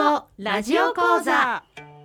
語ラジオ講座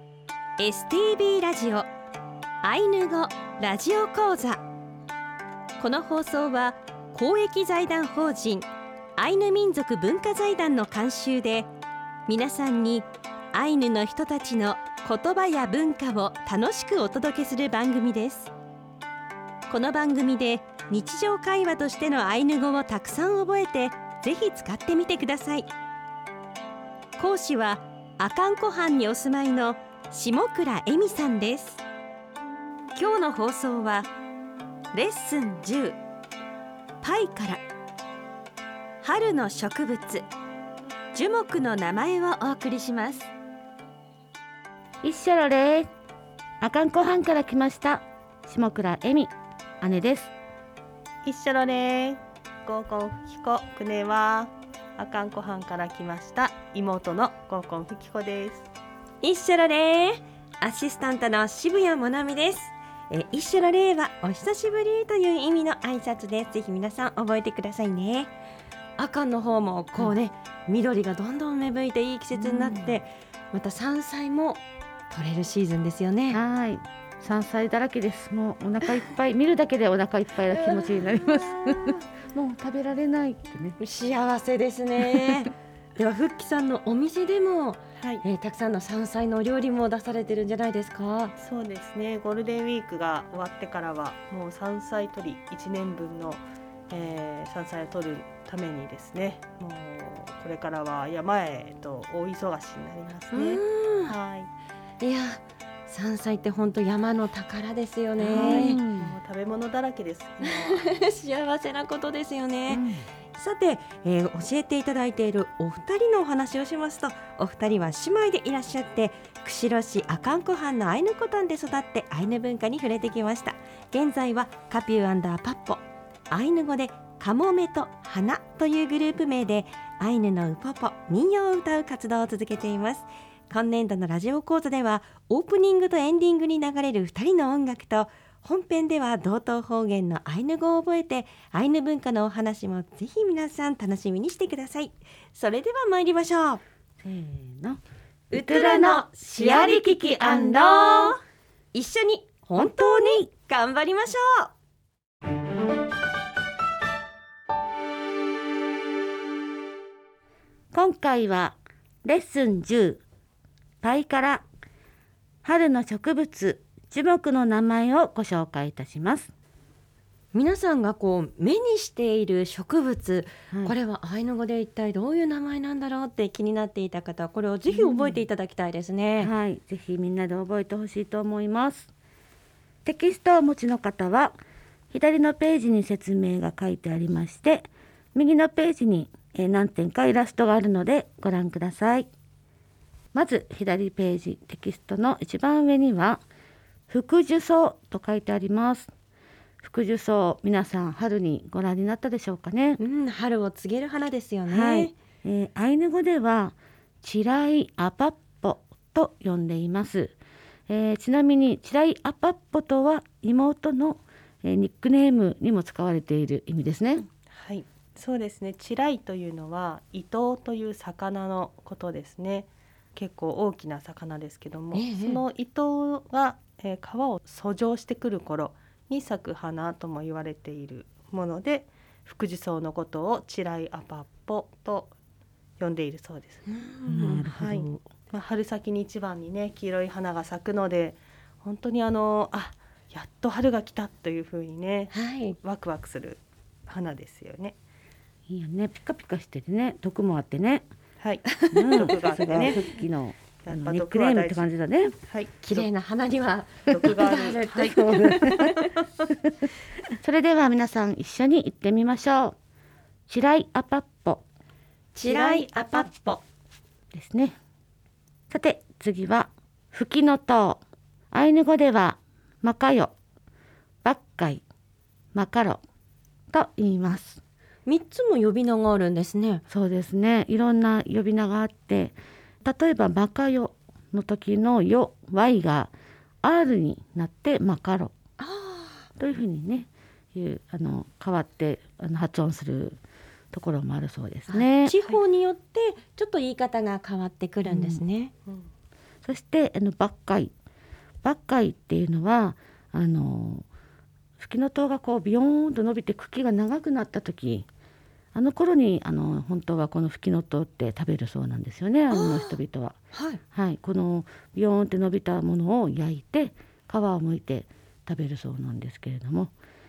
STB ラジオアイヌ語ラジオ講座。この放送は公益財団法人アイヌ民族文化財団の監修で、皆さんにアイヌの人たちの言葉や文化を楽しくお届けする番組です。この番組で日常会話としてのアイヌ語をたくさん覚えて、ぜひ使ってみてください。講師は阿寒湖畔にお住まいの下倉恵美さんです。今日の放送はレッスン10パイから春の植物樹木の名前をお送りします。 一緒のれ阿寒湖畔から来ました下倉恵美姉です。 一緒のね合コンふきこくねは阿寒湖畔から来ました妹の合コンふきこです。 一緒のれアシスタントの渋谷もなみです。一緒のれはお久しぶりという意味の挨拶です。ぜひ皆さん覚えてくださいね。阿寒の方もこうね、緑がどんどん芽吹いていい季節になって、また山菜も取れるシーズンですよね。 はい、山菜だらけです。もうお腹いっぱい見るだけでお腹いっぱいな気持ちになりますもう食べられないってね、 幸せですねではふっきさんのお店でも、 はい、 たくさんの山菜のお料理も出されてるんじゃないですか？ そうですね、ゴールデンウィークが終わってからはもう山菜取り1年分の、山菜を取るためにですね、もうこれからは山へと大忙しになりますね。はい、 いや山菜って本当山の宝ですよね。 もう食べ物だらけです今は幸せなことですよね。さて、教えていただいているお二人のお話をしますと、お二人は姉妹でいらっしゃって、釧路市阿寒湖畔のアイヌコタンで育ってアイヌ文化に触れてきました。現在はカピュー&パッポ、アイヌ語でカモメと花というグループ名でアイヌのウポポ民謡を歌う活動を続けています。今年度のラジオ講座ではオープニングとエンディングに流れる2人の音楽と、本編では道東方言のアイヌ語を覚えてアイヌ文化のお話もぜひ皆さん楽しみにしてください。それでは参りましょう。 せーの、 ウトラのシアリキキ一緒に本当に頑張りましょう。 今回はレッスン10パイから春の植物樹木の名前をご紹介いたします。 皆さんがこう目にしている植物、 はい、 これはアイヌ語で一体どういう名前なんだろうって気になっていた方はこれをぜひ覚えていただきたいですね。 はい、ぜひみんなで覚えてほしいと思います。テキストをお持ちの方は左のページに説明が書いてありまして、右のページに何点かイラストがあるのでご覧ください。まず左ページテキストの一番上には福寿草と書いてあります。福寿草、皆さん春にご覧になったでしょうかね。 春を告げる花ですよね。 はい、アイヌ語ではチライアパッポと呼んでいます。ちなみにチライアパッポとは妹の、ニックネームにも使われている意味ですね。 はい、そうですね。チライというのはイトウという魚のことですね。結構大きな魚ですけども、そのイトウが、川を遡上してくる頃に咲く花とも言われているもので、福寿草のことをチライアパッポと呼んでいるそうです。はい、春先に一番にね黄色い花が咲くので、本当にやっと春が来たというふうにね、ワクワクする花ですよね。 いいよね、ピカピカしててね、毒もあってね。 はい、 毒があってね、復帰のニックネームって感じだね。 はい、 綺麗な花には毒がある。はい、 それでは皆さん一緒に言ってみましょう。チライアパッポ、 チライアパッポですね。さて次は吹きの塔、アイヌ語ではマカヨ、バッカイ、マカロと言います。 3つも呼び名があるんですね。 そうですね、いろんな呼び名があって、例えばマカヨの時のヨ Y が R になってマカロというふうにね変わって発音するところもあるそうですね。 地方によってちょっと言い方が変わってくるんですね。 そして抜海っていうのはフキノトウがこうビヨーンと伸びて茎が長くなった時、あの頃に本当はこのフキノトウって食べるそうなんですよね、の人々は。はい、このビヨーンって伸びたものを焼いて皮を剥いて食べるそうなんですけれども、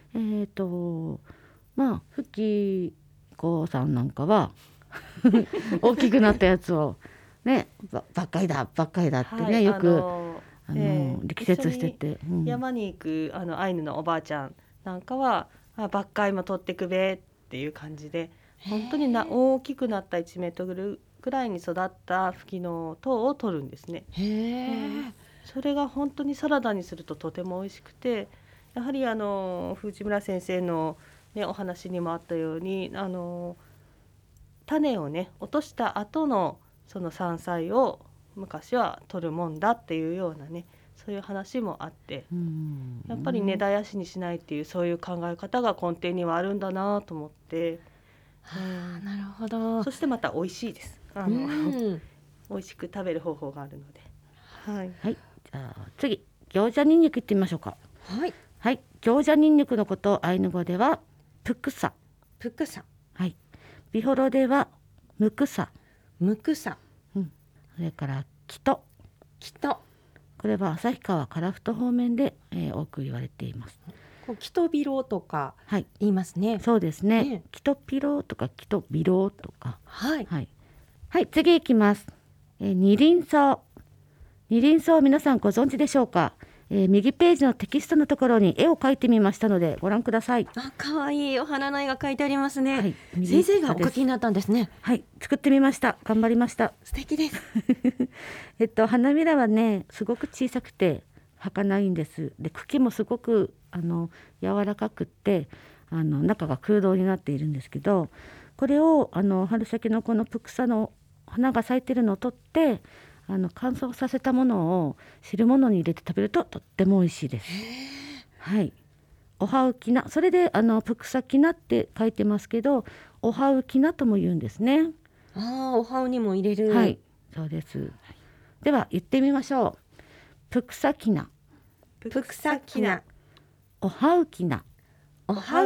フキコさんなんかは大きくなったやつをね、ばっかりだってね、よく力説してて、 山に行くアイヌのおばあちゃんなんかはばっかりも取ってくべっていう感じで、本当に大きくなった1メートルぐらいに育ったフキノトウを取るんですね。それが本当にサラダにするととても美味しくて、やはり藤村先生の、お話にもあったように種をね落とした後のその山菜を昔は取るもんだっていうようなね、そういう話もあって、やっぱり根絶やしにしないっていうそういう考え方が根底にはあるんだなと思って、 なるほど。 そしてまた美味しいです。美味しく食べる方法があるので、はい、 じゃあ次餃子ニンニクいってみましょうか。 はい、 餃子ニンニクのことをアイヌ語ではプクサ、はい、ビホロではムクサ、それからキト、これは旭川樺太方面で、多く言われています。 キトビロとか言いますね。 そうですね、キトピロとかキトビロとか、 はい、 次いきます。二輪草皆さんご存知でしょうか。右ページのテキストのところに絵を描いてみましたのでご覧ください。 かわいいお花の絵が描いてありますね。先生がお描きになったんですね。 はい、作ってみました。頑張りました。 素敵です。 花びらはねすごく小さくて儚いんです。で茎もすごく柔らかくって中が空洞になっているんですけど、これを春先のこのプクサの花が咲いてるのを取って乾燥させたものを汁物に入れて食べるととっても美味しいです。はい、おはうきな、それでプクサキナって書いてますけど、おはうきなとも言うんですね。 おはうにも入れる。 はい、そうです。では言ってみましょう。プクサキナ、おはうきな、 はい。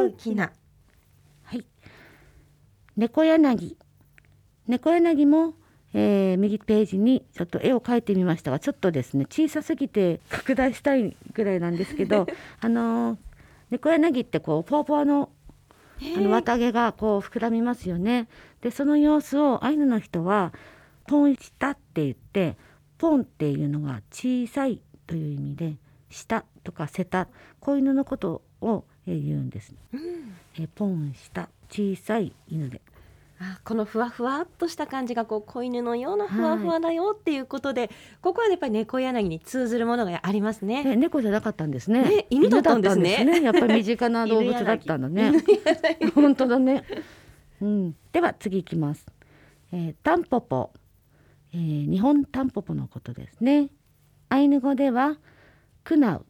猫柳も右ページにちょっと絵を描いてみましたが、ちょっとですね小さすぎて拡大したいぐらいなんですけど猫柳ってこうポワポワの綿毛がこう膨らみますよね。でその様子をアイヌの人はポンしたって言って、ポンっていうのが小さいという意味で、したとかセタ、子犬のことを言うんです、ポンした小さい犬で、 このふわふわっとした感じが子犬のようなふわふわだよっていうことで、ここはやっぱり猫柳に通ずるものがありますね。 猫じゃなかったんですね。 犬だったんですね。 やっぱり身近な動物だったんだね。本当だね。では次いきます。タンポポ、日本タンポポのことですね。アイヌ語ではクナウ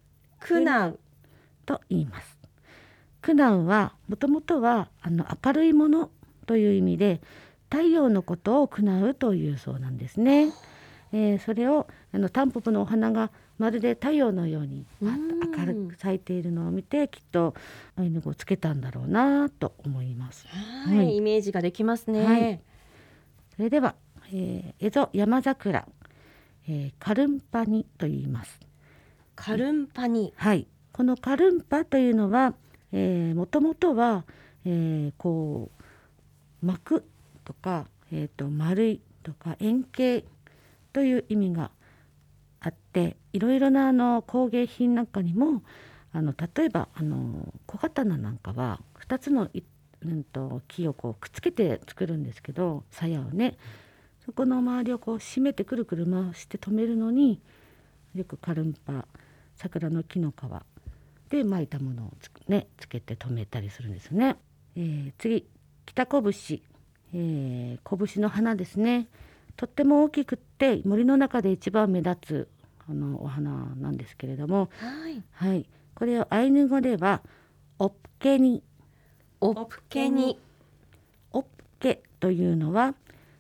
と言います。クナウはもともとは明るいものという意味で、太陽のことをクナウというそうなんですね。それをタンポポのお花がまるで太陽のように明るく咲いているのを見て、きっとアイヌ語をつけたんだろうなと思います。 イメージができますね。 それでは、エゾ山桜、カルンパニと言います。 カルンパニ、 このカルンパというのはもともとは、こう巻くとか、丸いとか円形という意味があって、いろいろな工芸品なんかにも例えば小刀なんかは2つの木をこうくっつけて作るんですけど、鞘をね、そこの周りをこう締めてくるくる回して止めるのによくカルンパ、桜の木の皮で巻いたものをつけて止めたりするんですね。次、北こぶし、こぶしの花ですね。とっても大きくって森の中で一番目立つお花なんですけれども、これをアイヌ語ではオプケニというのは、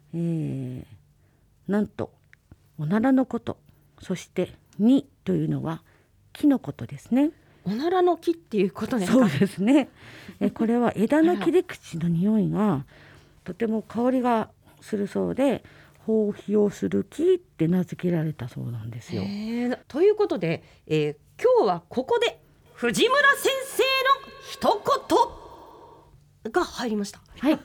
なんとおならのこと、そしてにというのは木のことですね。 おならの木っていうことですか？ そうですね。これは枝の切り口の匂いがとても香りがするそうで、放肥をする木って名付けられたそうなんですよ。 ということで、今日はここで藤村先生の一言が入りました。 はい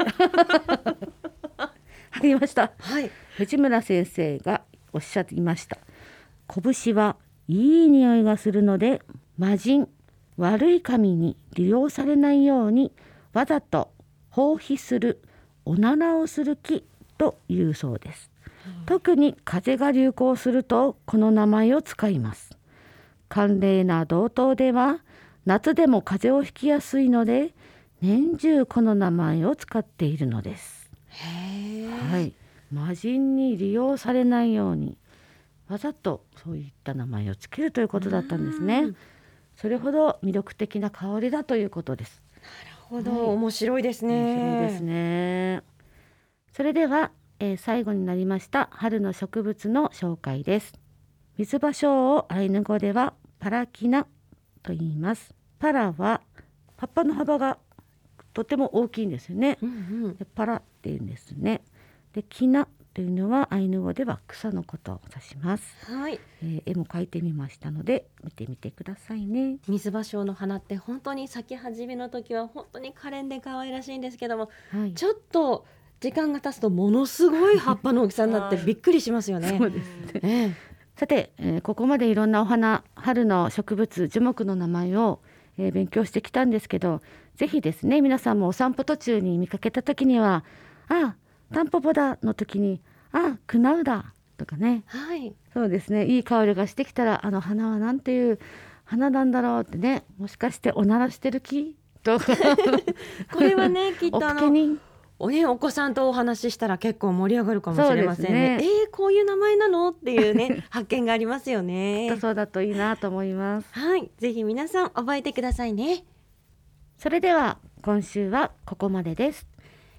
入りました、 はい、 藤村先生がおっしゃっていました。拳はいい匂いがするので、魔人、悪い神に利用されないようにわざと放棄する、おならをする木というそうです。特に風が流行するとこの名前を使います。寒冷な道東では夏でも風邪をひきやすいので、年中この名前を使っているのです。はい、魔人に利用されないようにわざとそういった名前をつけるということだったんですね。それほど魅力的な香りだということです。 なるほど、面白いですね。 面白いですね。それでは、最後になりました春の植物の紹介です。ミズバショウをアイヌ語ではパラキナと言います。パラは葉っぱの幅がとても大きいんですよね。でパラっていうんですね。でキナというのはアイヌ語では草のことを指します。 はい、 絵も描いてみましたので見てみてくださいね。 水芭蕉の花って本当に咲き始めの時は本当に可憐で可愛らしいんですけども、 はい、 ちょっと時間が経つとものすごい葉っぱの大きさになってびっくりしますよね。 そうですね。さて、ここまでいろんなお花、春の植物、樹木の名前を、勉強してきたんですけど、ぜひですね、皆さんもお散歩途中に見かけた時には、あ、タンポポだの時に、あ、クナウだとかね、 はい、 そうですね、いい香りがしてきたら、あの花はなんていう花なんだろうってね、もしかしておならしてる木とかこれはねきっとお子さんとお話ししたら結構盛り上がるかもしれませんね。こういう名前なのっていうね発見がありますよね。 そうだといいなと思います。 はい、ぜひ皆さん覚えてくださいね。 それでは今週はここまでです。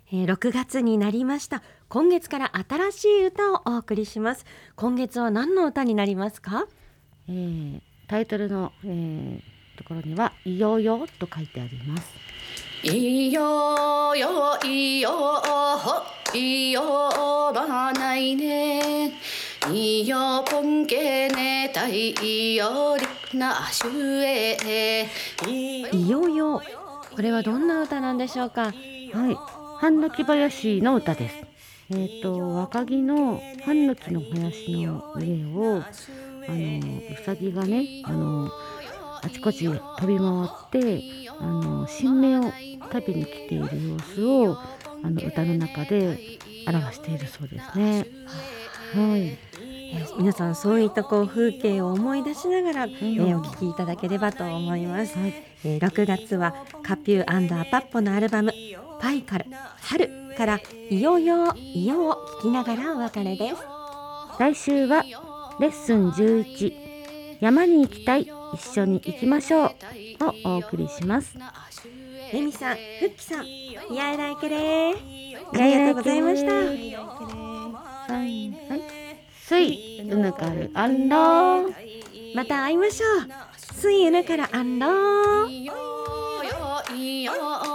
6月になりました。今月から新しい歌をお送りします。今月は何の歌になりますか？ タイトルの、ところにはいよよと書いてあります。 いよよいよいよばないねいよぽんけねたいよりなしゅえいよよ、これはどんな歌なんでしょうか？ はい、半の木林の歌です。若木の半の木の林の上をうさぎがねあちこち飛び回って新芽を食べに来ている様子を歌の中で表しているそうですね。はい、 皆さんそういった風景を思い出しながら、お聴きいただければと思います。はい、6月はカピュー&アパッポのアルバムパイカル春からいよよいよを聴きながらお別れです。 来週はレッスン11山に行きたい一緒に行きましょうをお送りします。 レミさん、フッキさん、やえらいけれありがとうございました。 スイウヌカルアンロー、 また会いましょう。スイウヌカルアンロー。